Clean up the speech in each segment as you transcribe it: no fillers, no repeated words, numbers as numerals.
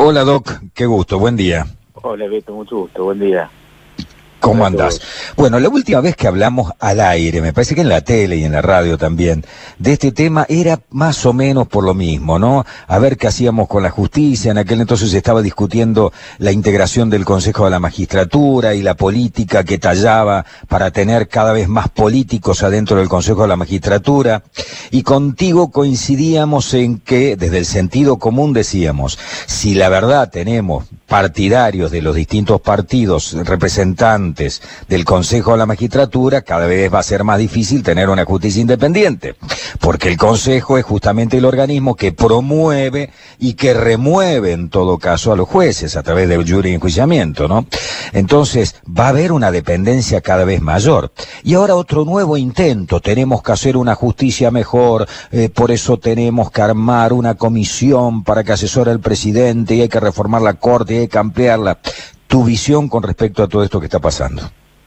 Hola Doc, qué gusto, buen día. Hola Beto, mucho gusto, buen día. ¿Cómo andás? Bueno, la última vez que hablamos al aire, me parece que en la tele y en la radio también, de este tema era más o menos por lo mismo, ¿no? A ver qué hacíamos con la justicia. En aquel entonces se estaba discutiendo la integración del Consejo de la Magistratura y la política que tallaba para tener cada vez más políticos adentro del Consejo de la Magistratura. Y contigo coincidíamos en que, desde el sentido común decíamos, si la verdad tenemos partidarios de los distintos partidos representantes del Consejo de la Magistratura, cada vez va a ser más difícil tener una justicia independiente, porque el Consejo es justamente el organismo que promueve y que remueve en todo caso a los jueces a través del jury y enjuiciamiento, ¿no? Entonces va a haber una dependencia cada vez mayor. Y ahora otro nuevo intento, tenemos que hacer una justicia mejor, por eso tenemos que armar una comisión para que asesore al presidente y hay que reformar la Corte y hay que ampliarla. ¿Tu visión con respecto a todo esto que está pasando?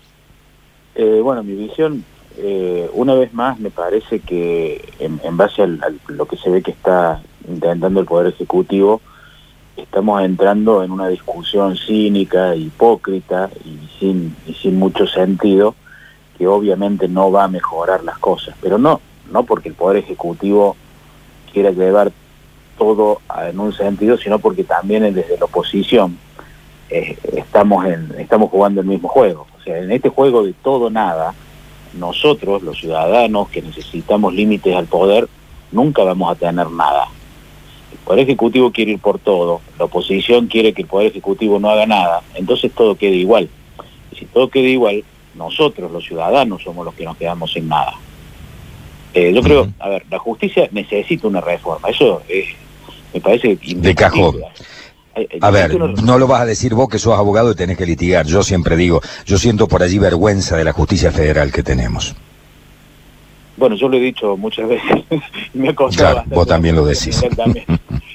Bueno, mi visión, una vez más, me parece que en base a lo que se ve que está intentando el Poder Ejecutivo, estamos entrando en una discusión cínica, hipócrita y sin mucho sentido, que obviamente no va a mejorar las cosas, pero no porque el Poder Ejecutivo quiera llevar todo en un sentido, sino porque también desde la oposición estamos jugando el mismo juego. O sea, en este juego de todo nada, nosotros, los ciudadanos que necesitamos límites al poder, nunca vamos a tener nada. El Poder Ejecutivo quiere ir por todo, la oposición quiere que el Poder Ejecutivo no haga nada, entonces todo queda igual. Y si todo queda igual, nosotros, los ciudadanos, somos los que nos quedamos sin nada. Yo creo, a ver, la justicia necesita una reforma, eso me parece de cajón. A ver, no lo vas a decir vos que sos abogado y tenés que litigar. Yo siempre digo, yo siento por allí vergüenza de la justicia federal que tenemos. Bueno, yo lo he dicho muchas veces. Me ha costado. Claro, vos también lo decís. También.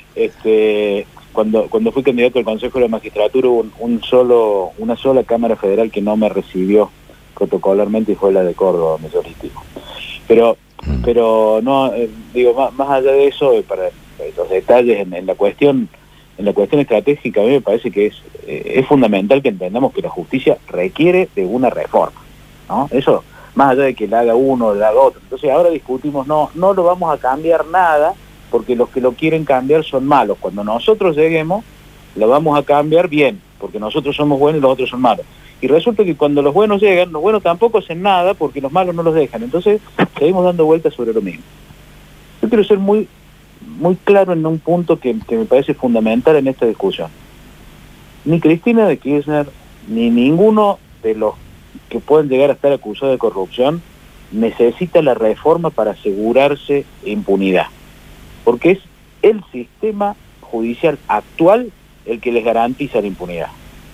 Cuando fui candidato al Consejo de la Magistratura hubo una sola Cámara Federal que no me recibió protocolarmente y fue la de Córdoba, donde yo litigo. Pero no, digo, más allá de eso, para los detalles en la cuestión estratégica, a mí me parece que es fundamental que entendamos que la justicia requiere de una reforma, ¿no? Eso, más allá de que la haga uno o la haga otro. Entonces ahora discutimos, no lo vamos a cambiar nada, porque los que lo quieren cambiar son malos. Cuando nosotros lleguemos, lo vamos a cambiar bien, porque nosotros somos buenos y los otros son malos. Y resulta que cuando los buenos llegan, los buenos tampoco hacen nada, porque los malos no los dejan. Entonces seguimos dando vueltas sobre lo mismo. Yo quiero ser muy claro en un punto que me parece fundamental en esta discusión. Ni Cristina de Kirchner, ni ninguno de los que pueden llegar a estar acusados de corrupción necesita la reforma para asegurarse impunidad. Porque es el sistema judicial actual el que les garantiza la impunidad.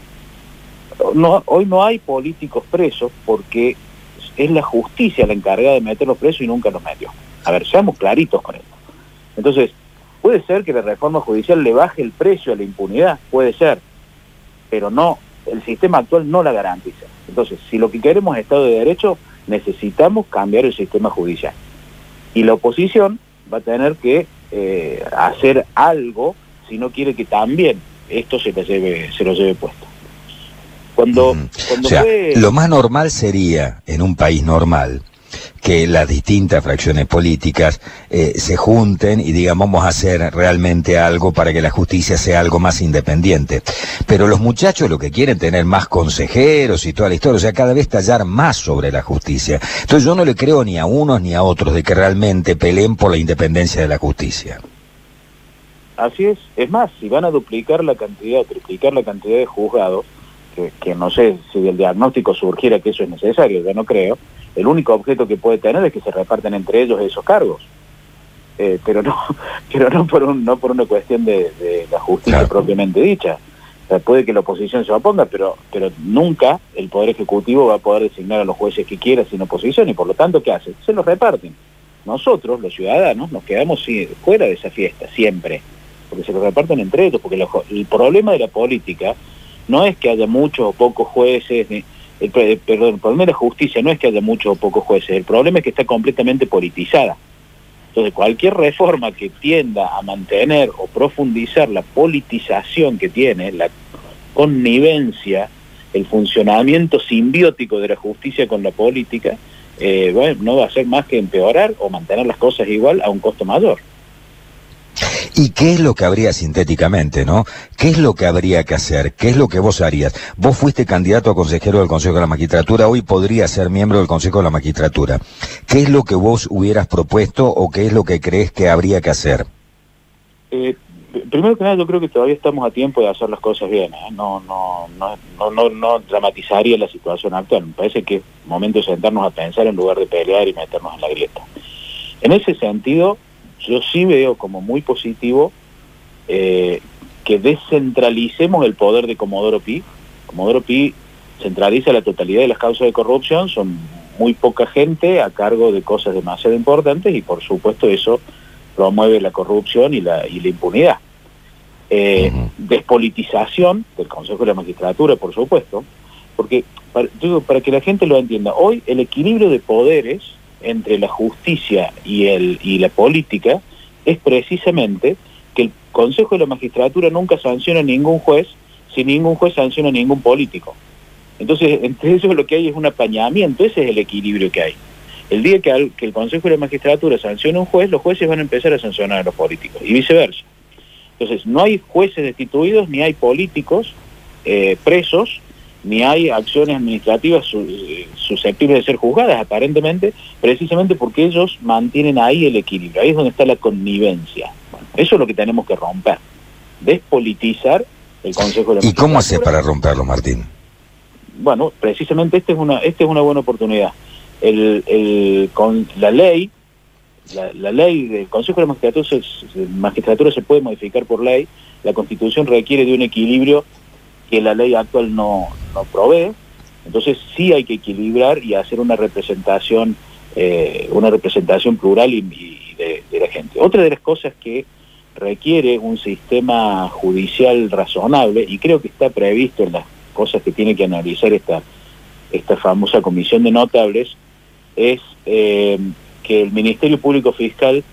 Hoy no hay políticos presos porque es la justicia la encargada de meterlos presos y nunca los metió. A ver, seamos claritos con esto. Entonces, puede ser que la reforma judicial le baje el precio a la impunidad, puede ser, pero no, el sistema actual no la garantiza. Entonces, si lo que queremos es Estado de Derecho, necesitamos cambiar el sistema judicial. Y la oposición va a tener que hacer algo si no quiere que también esto se lo lleve puesto. Cuando lo más normal sería, en un país normal, que las distintas fracciones políticas se junten y digan vamos a hacer realmente algo para que la justicia sea algo más independiente. Pero los muchachos lo que quieren tener más consejeros y toda la historia, o sea, cada vez tallar más sobre la justicia. Entonces yo no le creo ni a unos ni a otros de que realmente peleen por la independencia de la justicia. Así es más, si van a duplicar la cantidad o triplicar la cantidad de juzgados, que no sé si del diagnóstico surgiera que eso es necesario, yo no creo, el único objeto que puede tener es que se reparten entre ellos esos cargos, pero no por una cuestión de la justicia, claro, propiamente dicha. O sea, puede que la oposición se oponga, pero nunca el Poder Ejecutivo va a poder designar a los jueces que quiera sin oposición, y por lo tanto, ¿qué hace? Se los reparten. Nosotros, los ciudadanos, nos quedamos fuera de esa fiesta, siempre, porque se los reparten entre ellos, porque el problema de la política no es que haya muchos o pocos jueces, el problema de la justicia no es que haya muchos o pocos jueces, el problema es que está completamente politizada. Entonces, cualquier reforma que tienda a mantener o profundizar la politización que tiene, la connivencia, el funcionamiento simbiótico de la justicia con la política, bueno, no va a hacer más que empeorar o mantener las cosas igual a un costo mayor. ¿Y qué es lo que habría sintéticamente, no? ¿Qué es lo que habría que hacer? ¿Qué es lo que vos harías? Vos fuiste candidato a consejero del Consejo de la Magistratura, hoy podrías ser miembro del Consejo de la Magistratura. ¿Qué es lo que vos hubieras propuesto o qué es lo que crees que habría que hacer? Primero que nada, yo creo que todavía estamos a tiempo de hacer las cosas bien, ¿eh? No dramatizaría la situación actual. Me parece que es momento de sentarnos a pensar en lugar de pelear y meternos en la grieta. En ese sentido, yo sí veo como muy positivo que descentralicemos el poder de Comodoro Pi. Comodoro Pi centraliza la totalidad de las causas de corrupción, son muy poca gente a cargo de cosas demasiado importantes y por supuesto eso promueve la corrupción y la impunidad. Despolitización del Consejo de la Magistratura, por supuesto, porque para que la gente lo entienda, hoy el equilibrio de poderes entre la justicia y la política es precisamente que el Consejo de la Magistratura nunca sanciona a ningún juez si ningún juez sanciona a ningún político. Entonces, entre ellos lo que hay es un apañamiento, ese es el equilibrio que hay. El día que el Consejo de la Magistratura sancione a un juez, los jueces van a empezar a sancionar a los políticos, y viceversa. Entonces, no hay jueces destituidos, ni hay políticos presos, ni hay acciones administrativas susceptibles de ser juzgadas, aparentemente, precisamente porque ellos mantienen ahí el equilibrio, ahí es donde está la connivencia. Bueno, eso es lo que tenemos que romper, despolitizar el Consejo de la Magistratura. ¿Y cómo haces para romperlo, Martín? Bueno, precisamente esta es una buena oportunidad. Con la ley del Consejo de la Magistratura se puede modificar por ley. La Constitución requiere de un equilibrio que la ley actual no provee. Entonces sí hay que equilibrar y hacer una representación plural y de la gente. Otra de las cosas que requiere un sistema judicial razonable, y creo que está previsto en las cosas que tiene que analizar esta famosa comisión de notables, es que el Ministerio Público Fiscal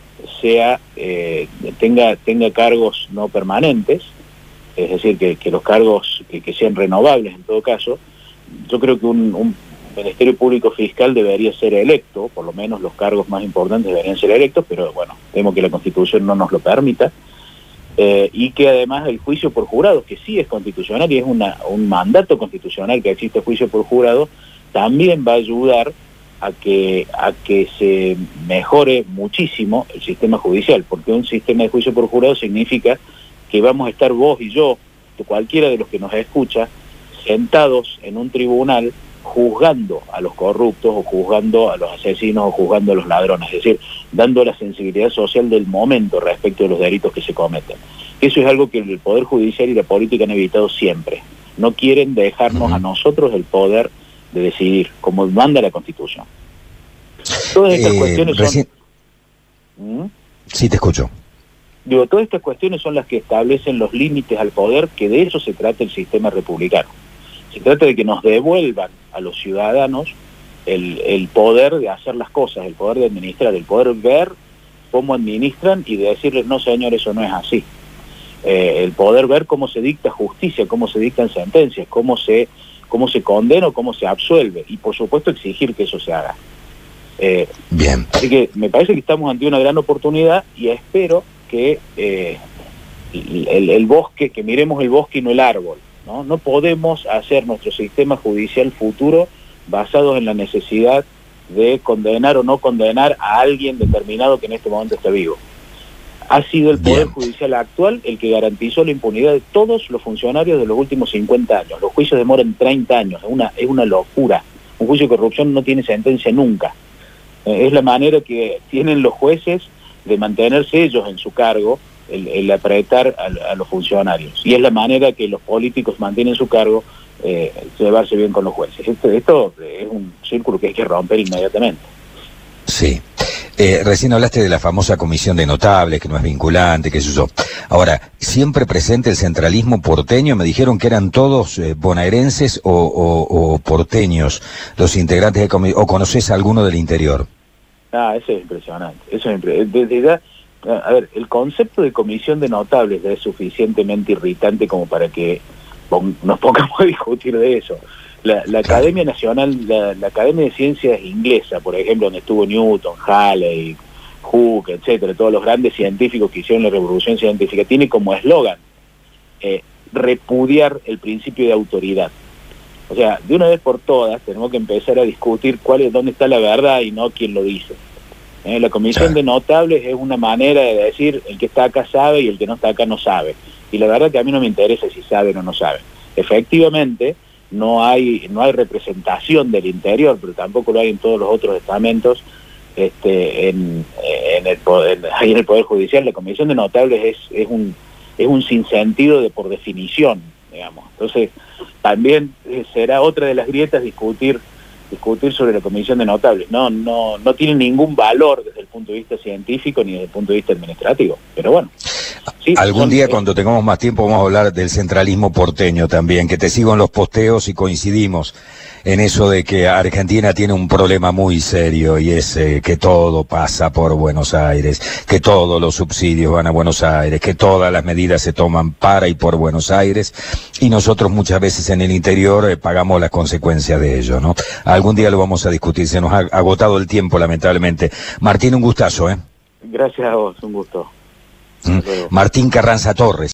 tenga cargos no permanentes, es decir, que los cargos que sean renovables en todo caso. Yo creo que un Ministerio Público Fiscal debería ser electo, por lo menos los cargos más importantes deberían ser electos, pero bueno, temo que la Constitución no nos lo permita, y que además el juicio por jurado, que sí es constitucional y es un mandato constitucional que existe juicio por jurado, también va a ayudar a que se mejore muchísimo el sistema judicial, porque un sistema de juicio por jurado significa que vamos a estar vos y yo, cualquiera de los que nos escucha, sentados en un tribunal juzgando a los corruptos o juzgando a los asesinos o juzgando a los ladrones, es decir, dando la sensibilidad social del momento respecto de los delitos que se cometen. Eso es algo que el Poder Judicial y la política han evitado siempre. No quieren dejarnos a nosotros el poder de decidir, como manda la Constitución. Todas estas cuestiones son... Sí, te escucho. Digo, todas estas cuestiones son las que establecen los límites al poder, que de eso se trata el sistema republicano. Se trata de que nos devuelvan a los ciudadanos el poder de hacer las cosas, el poder de administrar, el poder ver cómo administran y de decirles, no señor, eso no es así. El poder ver cómo se dicta justicia, cómo se dictan sentencias, cómo se condena o cómo se absuelve, y por supuesto exigir que eso se haga. Bien. Así que me parece que estamos ante una gran oportunidad y espero que el bosque, que miremos el bosque y no el árbol, ¿no? No podemos hacer nuestro sistema judicial futuro basados en la necesidad de condenar o no condenar a alguien determinado que en este momento está vivo. Ha sido el Poder Judicial actual el que garantizó la impunidad de todos los funcionarios de los últimos 50 años. Los juicios demoran 30 años, es una locura. Un juicio de corrupción no tiene sentencia nunca. Es la manera que tienen los jueces de mantenerse ellos en su cargo, el apretar a los funcionarios. Y es la manera que los políticos mantienen su cargo, llevarse bien con los jueces. Esto es un círculo que hay que romper inmediatamente. Sí. Recién hablaste de la famosa comisión de notables, que no es vinculante, qué sé yo. Ahora, siempre presente el centralismo porteño, me dijeron que eran todos bonaerenses o porteños los integrantes de comisión, o conoces a alguno del interior. Ah, eso es impresionante. Desde ya, a ver, el concepto de comisión de notables ya es suficientemente irritante como para que nos pongamos a discutir de eso. La Academia Nacional, la Academia de Ciencias Inglesa, por ejemplo, donde estuvo Newton, Halley, Hooke, etcétera, todos los grandes científicos que hicieron la revolución científica, tiene como eslogan repudiar el principio de autoridad. O sea, de una vez por todas tenemos que empezar a discutir dónde está la verdad y no quién lo dice. La comisión de notables es una manera de decir el que está acá sabe y el que no está acá no sabe. Y la verdad que a mí no me interesa si saben o no saben. Efectivamente, no hay representación del interior, pero tampoco lo hay en todos los otros estamentos. En el Poder Judicial, la comisión de notables es un sinsentido por definición, digamos. Entonces, también será otra de las grietas discutir sobre la comisión de notables. No tiene ningún valor desde el punto de vista científico ni desde el punto de vista administrativo, pero bueno. Sí, algún día cuando tengamos más tiempo vamos a hablar del centralismo porteño también, que te sigo en los posteos y coincidimos en eso de que Argentina tiene un problema muy serio y es que todo pasa por Buenos Aires, que todos los subsidios van a Buenos Aires, que todas las medidas se toman para y por Buenos Aires y nosotros muchas veces en el interior pagamos las consecuencias de ello, ¿no? Algún día lo vamos a discutir, se nos ha agotado el tiempo lamentablemente. Martín, un gustazo, ¿eh? Gracias a vos, un gusto. Martín Carranza Torres.